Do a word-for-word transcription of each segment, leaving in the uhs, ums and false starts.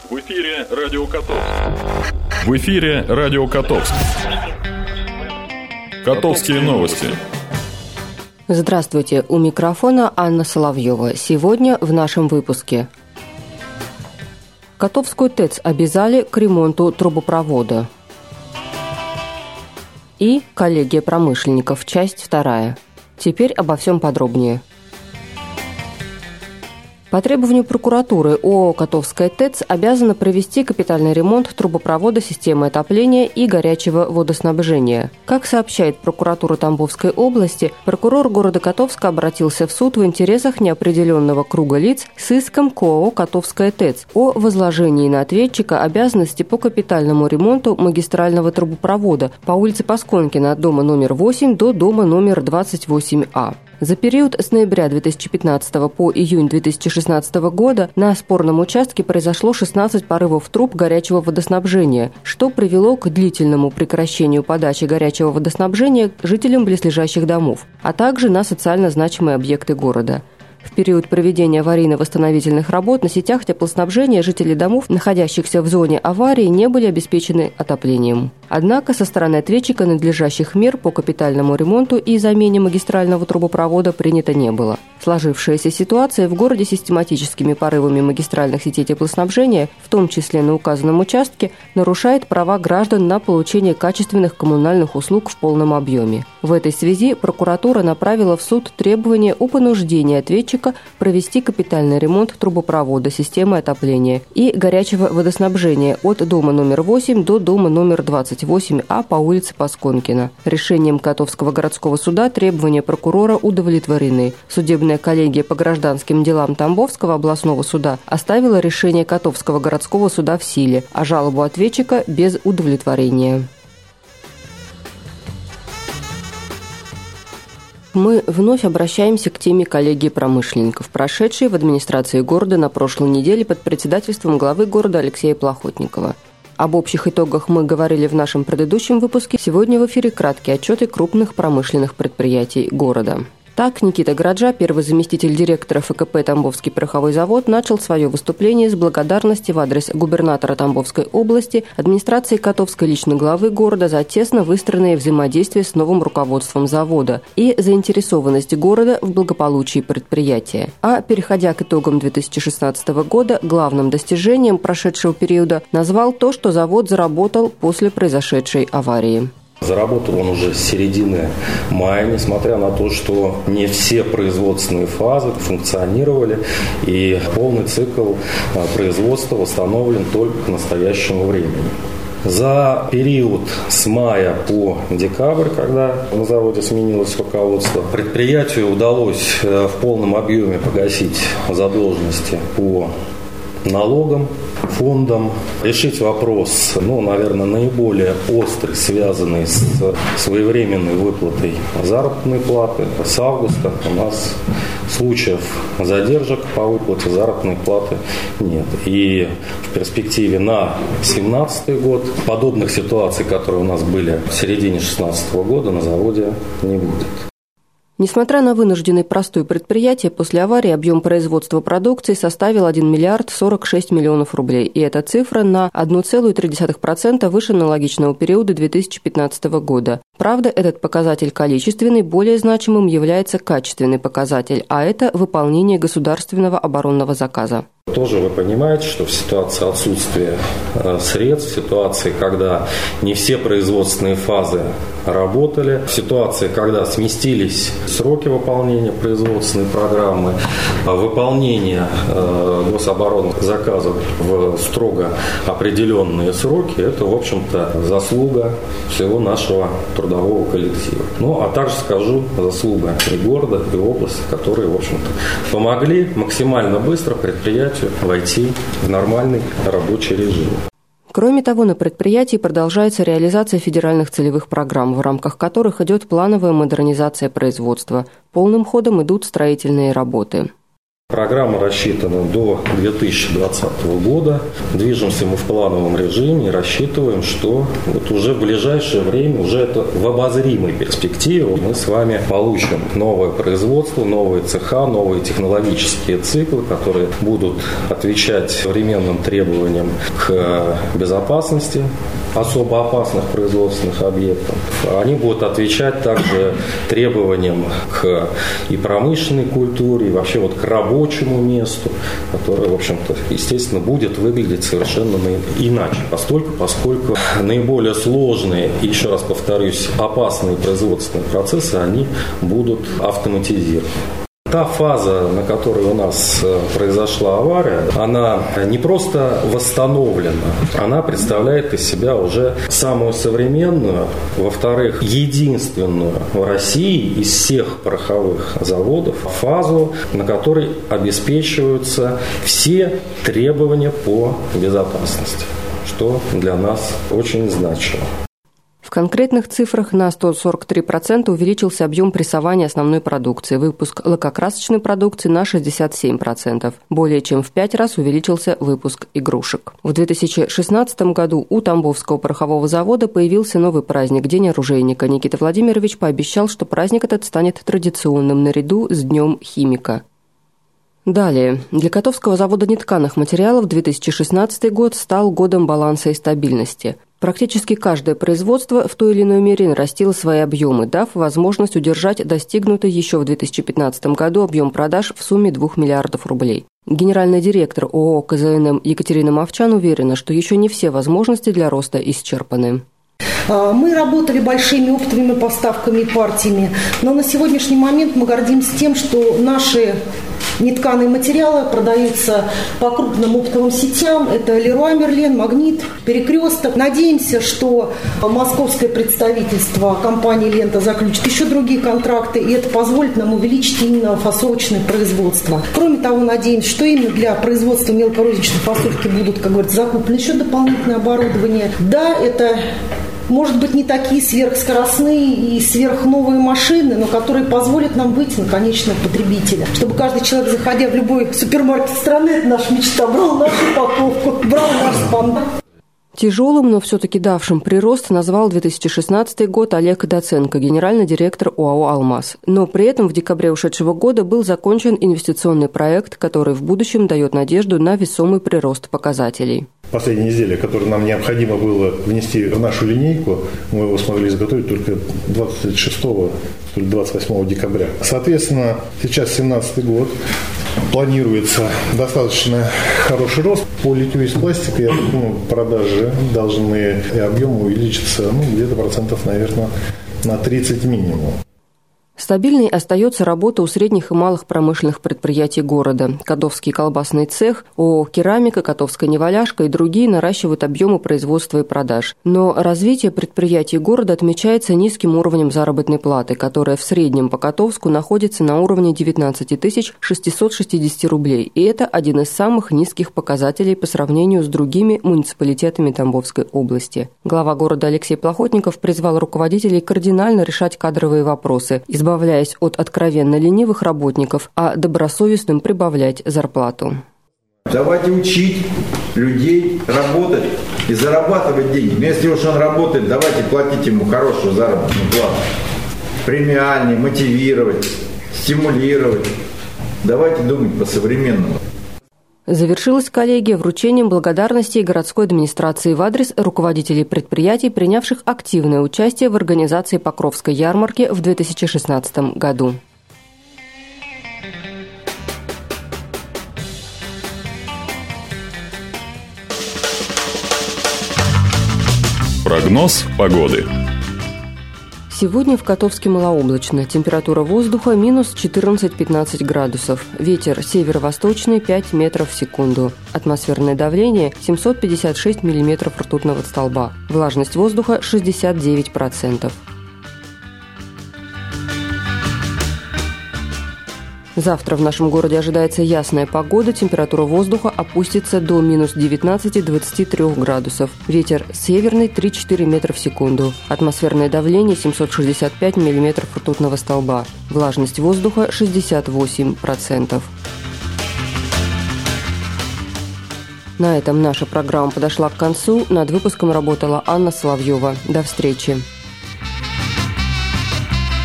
В эфире Радио Котовск. В эфире Радио Котовск. Котовские новости. Здравствуйте, у микрофона Анна Соловьева. Сегодня в нашем выпуске. Котовскую ТЭЦ обязали к ремонту трубопровода. И коллегия промышленников, часть вторая. Теперь обо всем подробнее. По требованию прокуратуры ООО «Котовская ТЭЦ» обязана провести капитальный ремонт трубопровода системы отопления и горячего водоснабжения. Как сообщает прокуратура Тамбовской области, прокурор города Котовска обратился в суд в интересах неопределенного круга лиц с иском к ООО «Котовская ТЭЦ» о возложении на ответчика обязанности по капитальному ремонту магистрального трубопровода по улице Пасконкина от дома номер восемь до дома номер двадцать восемь А. За период с ноября две тысячи пятнадцатого по июнь две тысячи шестнадцатого года на спорном участке произошло шестнадцать порывов труб горячего водоснабжения, что привело к длительному прекращению подачи горячего водоснабжения жителям близлежащих домов, а также на социально значимые объекты города. В период проведения аварийно-восстановительных работ на сетях теплоснабжения жители домов, находящихся в зоне аварии, не были обеспечены отоплением. Однако со стороны ответчика надлежащих мер по капитальному ремонту и замене магистрального трубопровода принято не было. Сложившаяся ситуация в городе систематическими порывами магистральных сетей теплоснабжения, в том числе на указанном участке, нарушает права граждан на получение качественных коммунальных услуг в полном объеме. В этой связи прокуратура направила в суд требование о понуждении ответчика провести капитальный ремонт трубопровода системы отопления и горячего водоснабжения от дома номер восемь до дома номер двадцать восемь А по улице Пасконкина. Решением Котовского городского суда требования прокурора удовлетворены. Судебная коллегия по гражданским делам Тамбовского областного суда оставила решение Котовского городского суда в силе, а жалобу ответчика без удовлетворения. Мы вновь обращаемся к теме коллегии промышленников, прошедшей в администрации города на прошлой неделе под председательством главы города Алексея Плохотникова. Об общих итогах мы говорили в нашем предыдущем выпуске. Сегодня в эфире краткие отчеты крупных промышленных предприятий города. Так, Никита Граджа, первый заместитель директора ФКП «Тамбовский пороховой завод», начал свое выступление с благодарности в адрес губернатора Тамбовской области, администрации Котовской лично главы города за тесно выстроенное взаимодействие с новым руководством завода и заинтересованность города в благополучии предприятия. А переходя к итогам две тысячи шестнадцатого года, главным достижением прошедшего периода назвал то, что завод заработал после произошедшей аварии. Заработал он уже с середины мая, несмотря на то, что не все производственные фазы функционировали, и полный цикл производства восстановлен только к настоящему времени. За период с мая по декабрь, когда на заводе сменилось руководство, предприятию удалось в полном объеме погасить задолженности по налогам, фондам, решить вопрос, ну, наверное, наиболее острый, связанный с своевременной выплатой заработной платы. С августа у нас случаев задержек по выплате заработной платы нет. И в перспективе на две тысячи семнадцатый год подобных ситуаций, которые у нас были в середине две тысячи шестнадцатого года, на заводе не будет. Несмотря на вынужденный простой предприятия, после аварии объем производства продукции составил один миллиард сорок шесть миллионов рублей, и эта цифра на одна целая три десятых процента выше аналогичного периода две тысячи пятнадцатого года. Правда, этот показатель количественный, более значимым является качественный показатель, а это выполнение государственного оборонного заказа. Тоже вы понимаете, что в ситуации отсутствия средств, в ситуации, когда не все производственные фазы работали, в ситуации, когда сместились сроки выполнения производственной программы, выполнение гособоронных заказов в строго определенные сроки, это, в общем-то, заслуга всего нашего трудового коллектива. Ну, а также скажу, заслуга и города, и области, которые, в общем-то, помогли максимально быстро предприятию войти в нормальный рабочий режим. Кроме того, на предприятии продолжается реализация федеральных целевых программ, в рамках которых идет плановая модернизация производства. Полным ходом идут строительные работы. Программа рассчитана до две тысячи двадцатого года. Движемся мы в плановом режиме и рассчитываем, что вот уже в ближайшее время, уже это в обозримой перспективе, мы с вами получим новое производство, новые цеха, новые технологические циклы, которые будут отвечать современным требованиям к безопасности особо опасных производственных объектов. Они будут отвечать также требованиям к и промышленной культуре, и вообще вот к рабочему месту, которое, в общем-то, естественно, будет выглядеть совершенно иначе, поскольку, поскольку наиболее сложные, и еще раз повторюсь, опасные производственные процессы, они будут автоматизированы. Та фаза, на которой у нас произошла авария, она не просто восстановлена, она представляет из себя уже самую современную, во-вторых, единственную в России из всех пороховых заводов фазу, на которой обеспечиваются все требования по безопасности, что для нас очень значимо. В конкретных цифрах на сто сорок три процента увеличился объем прессования основной продукции, выпуск лакокрасочной продукции на шестьдесят семь процентов. Более чем в пять раз увеличился выпуск игрушек. В две тысячи шестнадцатом году у Тамбовского порохового завода появился новый праздник – День оружейника. Никита Владимирович пообещал, что праздник этот станет традиционным наряду с Днем химика. Далее. Для Котовского завода нетканых материалов две тысячи шестнадцатый год стал годом баланса и стабильности. Практически каждое производство в той или иной мере нарастило свои объемы, дав возможность удержать достигнутый еще в две тысячи пятнадцатом году объем продаж в сумме двух миллиардов рублей. Генеральный директор ООО КЗНМ Екатерина Мовчан уверена, что еще не все возможности для роста исчерпаны. Мы работали большими оптовыми поставками и партиями, но на сегодняшний момент мы гордимся тем, что наши нетканые материалы продаются по крупным оптовым сетям. Это Леруа Мерлен, Магнит, Перекресток. Надеемся, что московское представительство компании «Лента» заключит еще другие контракты, и это позволит нам увеличить именно фасовочное производство. Кроме того, надеемся, что именно для производства мелкорозничной фасовки будут, как говорится, закуплены еще дополнительное оборудование. Да, это может быть, не такие сверхскоростные и сверхновые машины, но которые позволят нам выйти на конечного потребителя. Чтобы каждый человек, заходя в любой супермаркет страны, это наша мечта, брал нашу упаковку, брал наш спам. Тяжелым, но все-таки давшим прирост назвал две тысячи шестнадцатый год Олег Доценко, генеральный директор ОАО «Алмаз». Но при этом в декабре ушедшего года был закончен инвестиционный проект, который в будущем дает надежду на весомый прирост показателей. Последнее изделие, которое нам необходимо было внести в нашу линейку, мы его смогли изготовить только двадцать шестого или двадцать восьмого декабря. Соответственно, сейчас семнадцатый год. Планируется достаточно хороший рост. По литью из пластика, я думаю, продажи должны и объемы увеличиться ну, где-то процентов, наверное, на тридцать минимум. Стабильной остается работа у средних и малых промышленных предприятий города. Котовский колбасный цех, ООО «Керамика», Котовская неваляшка и другие наращивают объемы производства и продаж. Но развитие предприятий города отмечается низким уровнем заработной платы, которая в среднем по Котовску находится на уровне девятнадцать тысяч шестьсот шестьдесят рублей. И это один из самых низких показателей по сравнению с другими муниципалитетами Тамбовской области. Глава города Алексей Плохотников призвал руководителей кардинально решать кадровые вопросы, избавляясь от откровенно ленивых работников, а добросовестным прибавлять зарплату. Давайте учить людей работать и зарабатывать деньги. Но если уж он работает, давайте платить ему хорошую заработную плату. Премиальнее, мотивировать, стимулировать. Давайте думать по-современному. Завершилась коллегия вручением благодарностей городской администрации в адрес руководителей предприятий, принявших активное участие в организации Покровской ярмарки в две тысячи шестнадцатом году. Прогноз погоды. Сегодня в Котовске малооблачно. Температура воздуха минус четырнадцать-пятнадцать градусов. Ветер северо-восточный пять метров в секунду. Атмосферное давление семьсот пятьдесят шесть миллиметров ртутного столба. Влажность воздуха шестьдесят девять процентов. Завтра в нашем городе ожидается ясная погода, температура воздуха опустится до минус девятнадцати-двадцати трёх градусов. Ветер северный три-четыре метра в секунду. Атмосферное давление семьсот шестьдесят пять миллиметров ртутного столба. Влажность воздуха шестьдесят восемь процентов. На этом наша программа подошла к концу. Над выпуском работала Анна Соловьева. До встречи.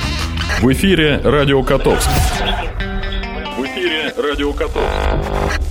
В эфире Радио Котовск. В эфире Радио Котовск.